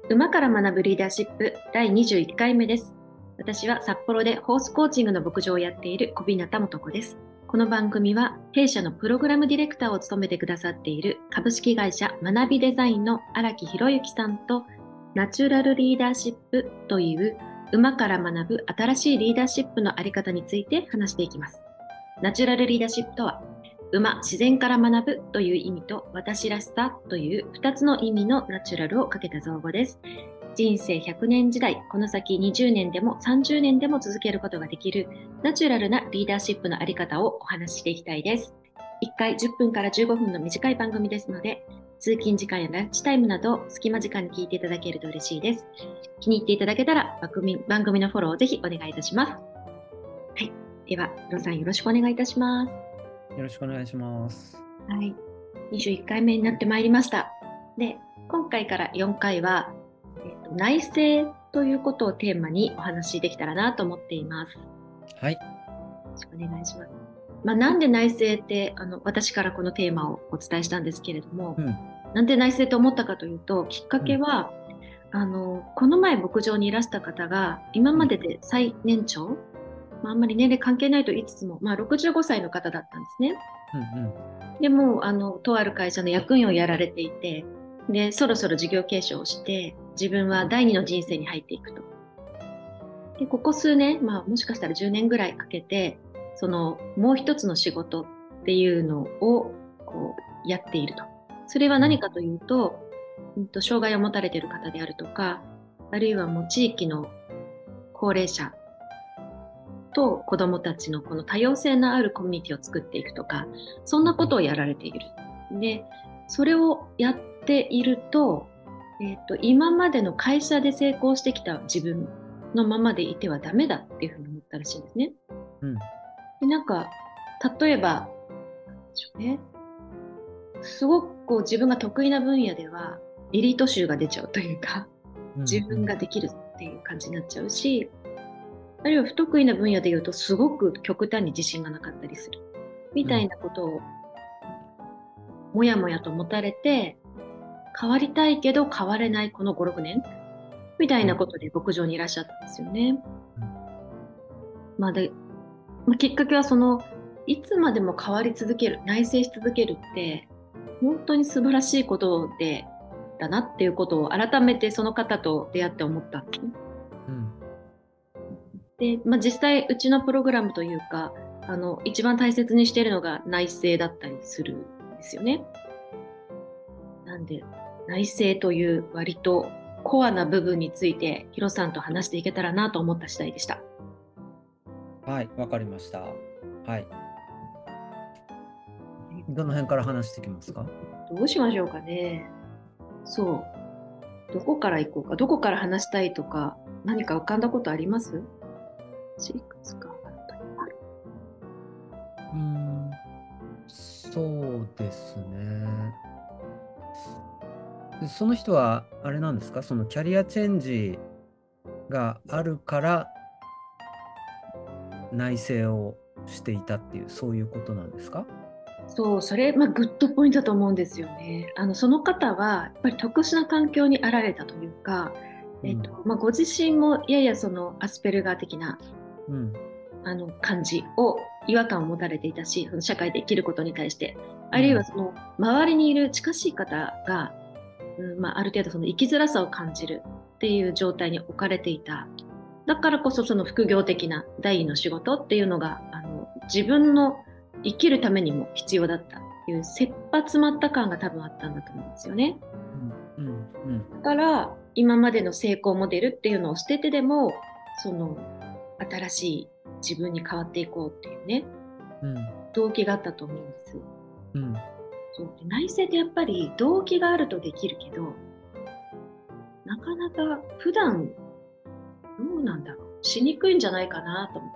馬から学ぶリーダーシップ第21回目です。私は札幌でホースコーチングの牧場をやっている小日向素子です。この番組は弊社のプログラムディレクターを務めてくださっている株式会社学びデザインの荒木博之さんとナチュラルリーダーシップという馬から学ぶ新しいリーダーシップのあり方について話していきます。ナチュラルリーダーシップとは馬、自然から学ぶという意味と私らしさという2つの意味のナチュラルをかけた造語です。人生100年時代、この先20年でも30年でも続けることができるナチュラルなリーダーシップのあり方をお話ししていきたいです。1回10分から15分の短い番組ですので、通勤時間やランチタイムなど隙間時間に聞いていただけると嬉しいです。気に入っていただけたら番組のフォローをぜひお願いいたします。はい。では、ロさんよろしくお願いいたします。 よろしくお願いします。 はい。21回目になってまいりました。で、今回から4回は、内省ということをテーマにお話しできたらなと思っています。 はい。 よろしくお願いします。なんで内省って私からこのテーマをお伝えしたんですけれども、なんで内省と思ったかというと、きっかけは、この前牧場にいらした方が今までで最年長、あんまり年齢関係ないと言いつつも、65歳の方だったんですね。でもとある会社の役員をやられていて、でそろそろ事業継承をして自分は第二の人生に入っていくと。でここ数年、もしかしたら10年ぐらいかけてそのもう一つの仕事っていうのをこうやっていると。それは何かというと、障害を持たれている方であるとか、あるいはもう地域の高齢者と子どもたちのこの多様性のあるコミュニティを作っていくとか、そんなことをやられている。で、それをやっていると、今までの会社で成功してきた自分のままでいてはダメだっていうふうに思ったらしいんですね。で、なんか、例えば、なんでしょうね、すごくこう自分が得意な分野ではエリート臭が出ちゃうというか、自分ができるっていう感じになっちゃうし、あるいは不得意な分野で言うとすごく極端に自信がなかったりするみたいなことをもやもやと持たれて、変わりたいけど変われないこの5、6年みたいなことで牧場にいらっしゃったんですよね。で、きっかけはいつまでも変わり続ける、内省し続けるって本当に素晴らしいことだなっていうことを改めてその方と出会って思ったんですね。で、実際うちのプログラムというか、一番大切にしているのが内省だったりするんですよね。なんで内省という割とコアな部分についてヒロさんと話していけたらなと思った次第でした。 はい、わかりました。はい。どの辺から話していきますか？ どうしましょうかね。そう。どこから行こうか。どこから話したいとか、何か浮かんだことあります？いくつかある。 そうですね。その人はあれなんですか？そのキャリアチェンジがあるから内省をしていたっていう、そういうことなんですか？ そう、それ、グッドポイントだと思うんですよね。その方は、やっぱり特殊な環境にあられたというか、ご自身もややそのアスペルガー的な、感じを、違和感を持たれていたし、その社会で生きることに対して、あるいはその周りにいる近しい方が、ある程度その生きづらさを感じるっていう状態に置かれていた。だからこそその副業的な第二の仕事っていうのが自分の生きるためにも必要だったっていう切羽詰まった感が多分あったんだと思うんですよね。だから今までの成功モデルっていうのを捨ててでもその新しい自分に変わっていこうっていうね、動機があったと思うんです。そうで、内省ってやっぱり動機があるとできるけど、なかなか普段どうなんだろう、しにくいんじゃないかなと思って。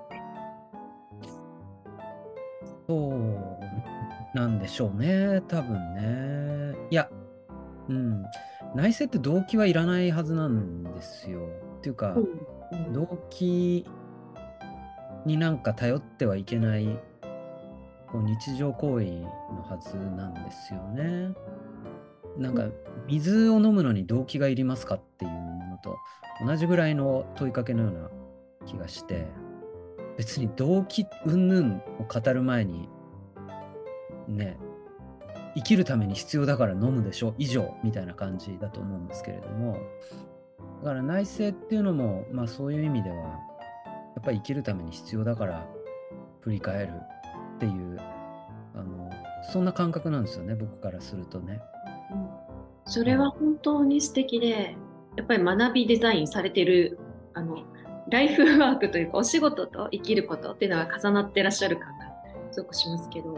そうなんでしょうね、多分ね。いや、内省って動機はいらないはずなんですよ。っていうか、動機になんか頼ってはいけないこう日常行為のはずなんですよね。なんか水を飲むのに動機がいりますかっていう同じぐらいの問いかけのような気がして、別に動機云々を語る前にね、生きるために必要だから飲むでしょ以上みたいな感じだと思うんですけれども、だから内省っていうのも、まあそういう意味ではやっぱり生きるために必要だから振り返るっていうそんな感覚なんですよね、僕からするとね。 それは本当に素敵で、やっぱり学びデザインされてるライフワークというかお仕事と生きることっていうのが重なってらっしゃる感がすごくしますけど、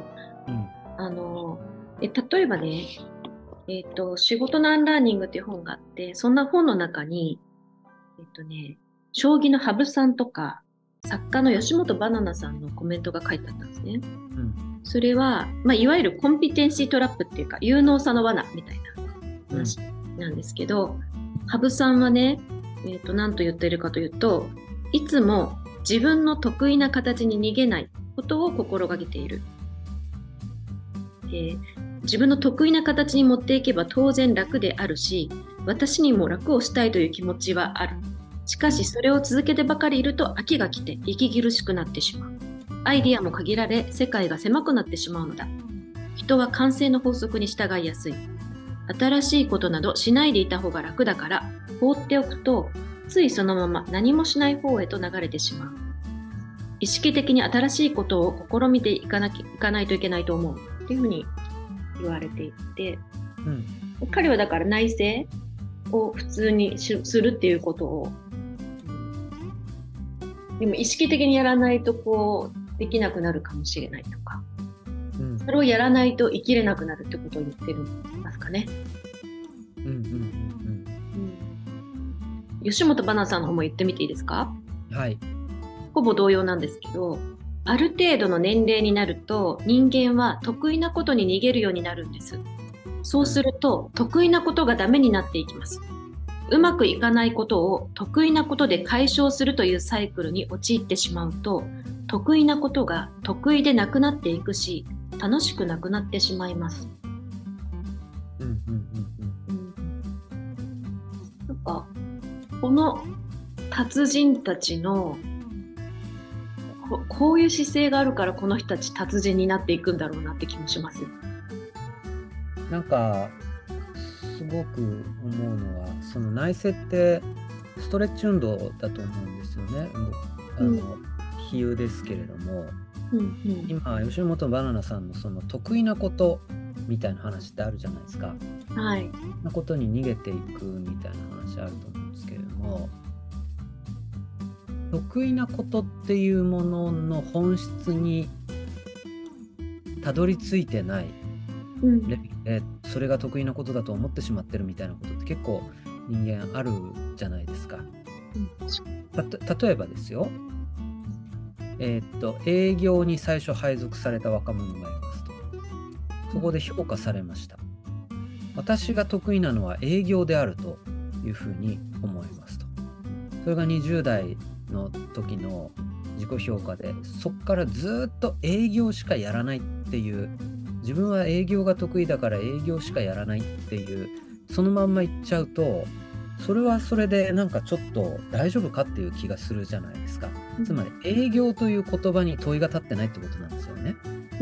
例えばね、仕事のアンラーニングっていう本があって、そんな本の中に、将棋の羽生さんとか作家の吉本ばななさんのコメントが書いてあったんですね。それは、いわゆるコンピテンシートラップっていうか有能さの罠みたいな話なんですけど、羽生さんはね、何と言っているかというと、いつも自分の得意な形に逃げないことを心がけている。自分の得意な形に持っていけば当然楽であるし、私にも楽をしたいという気持ちはある。しかしそれを続けてばかりいると飽きが来て息苦しくなってしまう。アイディアも限られ世界が狭くなってしまうのだ。人は慣性の法則に従いやすい。新しいことなどしないでいた方が楽だから放っておくとついそのまま何もしない方へと流れてしまう。意識的に新しいことを試みていかないといけないと思うっていうふうに言われていて、彼はだから内省を普通にするっていうことを、でも意識的にやらないとこうできなくなるかもしれないとか、それをやらないと生きれなくなるってことを言ってるんですかね。吉本ばなさんの方も言ってみていいですか？ はい。 ほぼ同様なんですけど、ある程度の年齢になると人間は得意なことに逃げるようになるんです。そうすると得意なことがダメになっていきます。うまくいかないことを得意なことで解消するというサイクルに陥ってしまうと、得意なことが得意でなくなっていくし、楽しくなくなってしまいます。なんかこの達人たちのこういう姿勢があるからこの人たち達人になっていくんだろうなって気もします。 なんかすごく思うのは、その内省ってストレッチ運動だと思うんですよね。比喩ですけれども、今吉本ばななさんのその得意なことみたいな話ってあるじゃないですか。 はい。 なことに逃げていくみたいな話あると思うんですけれども、得意なことっていうものの本質にたどり着いてないレベルで、それが得意なことだと思ってしまってるみたいなことって結構人間あるじゃないですか。例えばですよ、営業に最初配属された若者がいますと。そこで評価されました。私が得意なのは営業であるというふうに思いますと。それが20代の時の自己評価で、そこからずっと営業しかやらないっていう、自分は営業が得意だから営業しかやらないっていう、そのまんま言っちゃうと、それはそれでなんかちょっと大丈夫かっていう気がするじゃないですか。つまり営業という言葉に問いが立ってないってことなんですよね。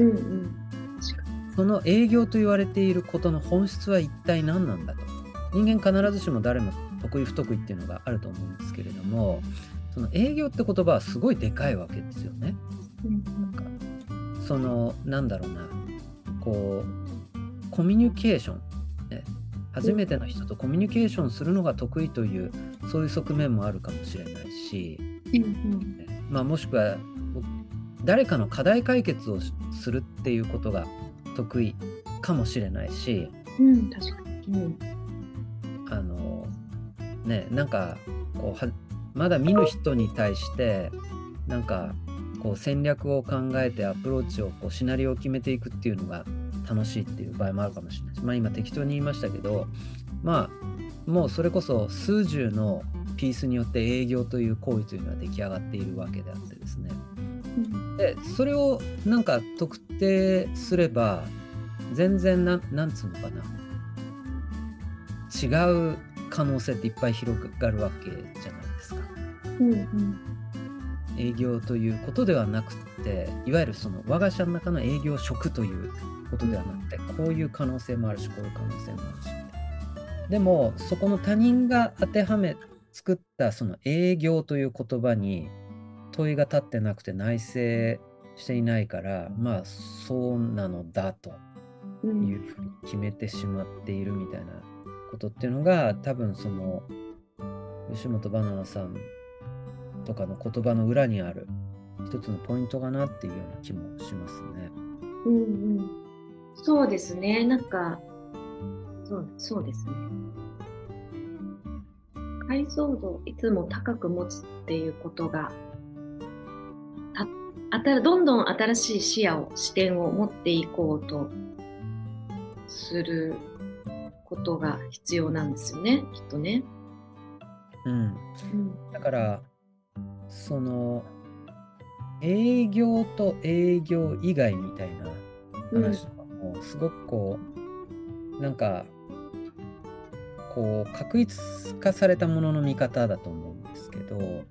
その営業と言われていることの本質は一体何なんだと。人間必ずしも誰も得意不得意っていうのがあると思うんですけれども、その営業って言葉はすごいでかいわけですよね。なんかそのなんだろうな、こうコミュニケーション、ね、初めての人とコミュニケーションするのが得意という、そういう側面もあるかもしれないし、もしくは誰かの課題解決をするっていうことが得意かもしれないし、 確かに、 なんかこうまだ見ぬ人に対してなんかこう戦略を考えてアプローチをこうシナリオを決めていくっていうのが楽しいっていう場合もあるかもしれないし、今適当に言いましたけど、もうそれこそ数十のピースによって営業という行為というのは出来上がっているわけであってですね、でそれをなんか特定すれば全然なんつうのかな、違う可能性っていっぱい広がるわけじゃないですか。 うんうん、 営業ということではなくて、いわゆるその我が社の中の営業職ということではなくて、こういう可能性もあるし、こういう可能性もあるし。でもそこの他人が当てはめ作ったその営業という言葉に問いが立ってなくて内省していないから、まあそうなのだというふうに決めてしまっているみたいなことっていうのが、多分その吉本ばななさんとかの言葉の裏にある一つのポイントかなっていうような気もしますね。 うんうん、そうですね。なんかそうですね。解像度をいつも高く持つっていうことが、どんどん新しい視野視点を持っていこうとすることが必要なんですよね、きっとね。 うん。だからその営業と営業以外みたいな話とかもすごくこうなんかこう確一化されたものの見方だと思うんですけど、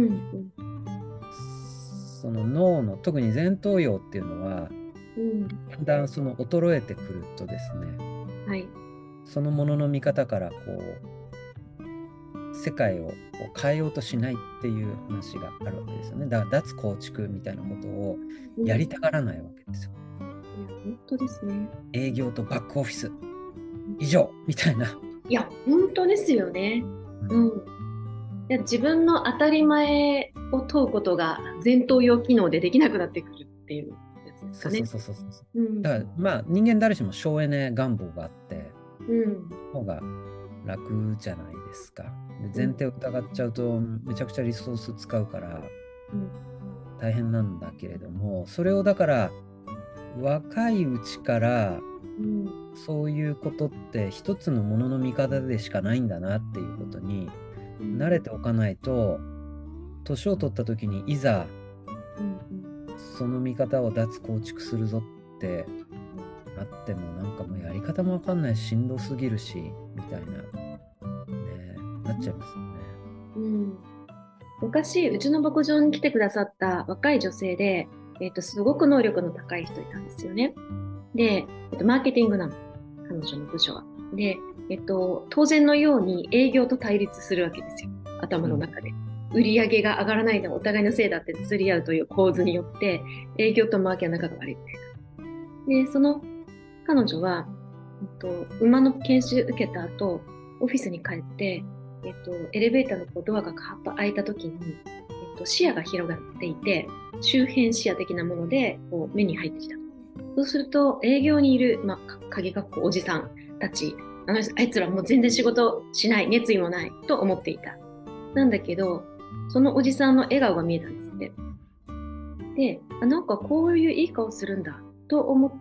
その脳の特に前頭葉っていうのは、だんだんその衰えてくるとですね、 はい、 そのものの見方からこう世界を変えようとしないっていう話があるわけですよね。だから脱構築みたいなことをやりたがらないわけですよ。 いや本当ですね。 営業とバックオフィス以上みたいな。 いや本当ですよね。いや自分の当たり前を問うことが前頭葉機能でできなくなってくるっていうやつですかね。 そうだからまあ人間誰しも省エネ願望があって、方が楽じゃないですか。で前提を疑っちゃうとめちゃくちゃリソース使うから大変なんだけれども、それをだから若いうちからそういうことって一つのものの見方でしかないんだなっていうことに慣れておかないと、年を取った時にいざその見方を脱構築するぞってなってもなんかもうやり方もわかんないし、しんどすぎるしみたいな、ね、なっちゃいますよね。 昔うちの牧場に来てくださった若い女性で、すごく能力の高い人いたんですよね。で、マーケティングなの、彼女の部署は。で、当然のように営業と対立するわけですよ、頭の中で。売り上げが上がらないのはお互いのせいだって釣り合うという構図によって、営業とマーケは仲が悪いみたいな。で、その彼女は、馬の研修受けた後、オフィスに帰って、エレベーターのドアがカーッと開いた時に、視野が広がっていて、周辺視野的なものでこう目に入ってきた。そうすると営業にいる、鍵括弧おじさんたち、あいつらもう全然仕事しない、熱意もないと思っていた。なんだけど、そのおじさんの笑顔が見えたんですって。で、なんかこういういい顔するんだと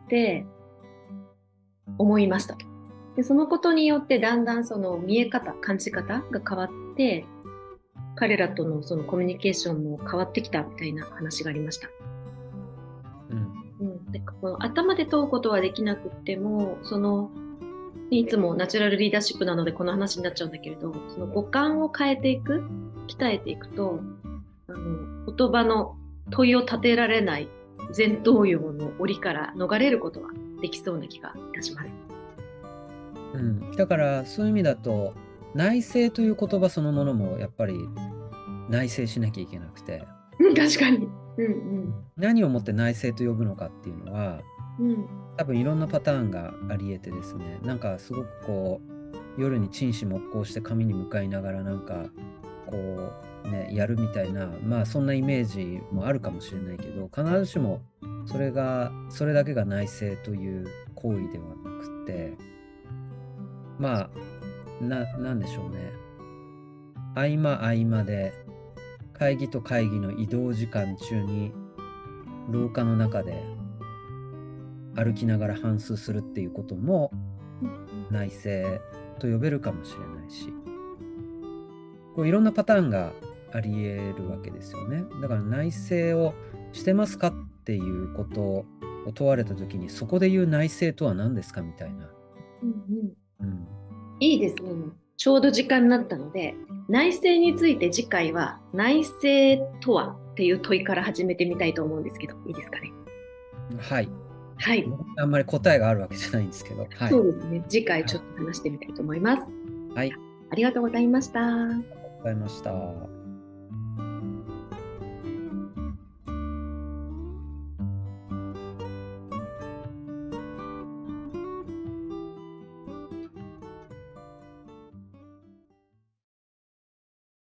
思いましたと。で、そのことによってだんだんその見え方、感じ方が変わって、彼らとのそのコミュニケーションも変わってきたみたいな話がありました。でこの頭で問うことはできなくっても、いつもナチュラルリーダーシップなのでこの話になっちゃうんだけれど、その五感を変えていく、鍛えていくと、言葉の問いを立てられない前頭葉の檻から逃れることはできそうな気がいたします。 だからそういう意味だと内省という言葉そのものもやっぱり内省しなきゃいけなくて、 確かに、 何をもって内省と呼ぶのかっていうのは、多分いろんなパターンがあり得てですね、なんかすごくこう夜に沈思黙考して紙に向かいながらなんかこうねやるみたいな、まあそんなイメージもあるかもしれないけど、必ずしもそれだけが内省という行為ではなくて、まあなんでしょうね、合間で会議と会議の移動時間中に廊下の中で歩きながら反芻するっていうことも内省と呼べるかもしれないし、こういろんなパターンがあり得るわけですよね。だから内省をしてますかっていうことを問われた時に、そこで言う内省とは何ですかみたいな。 いいですね。 ちょうど時間になったので、内省について次回は内省とはっていう問いから始めてみたいと思うんですけど、いいですかね。 はい。 はい。 あんまり答えがあるわけじゃないんですけど。はい。 そうですね。次回ちょっと話してみたいと思います。 はい。 ありがとうございました。 ありがとうございました。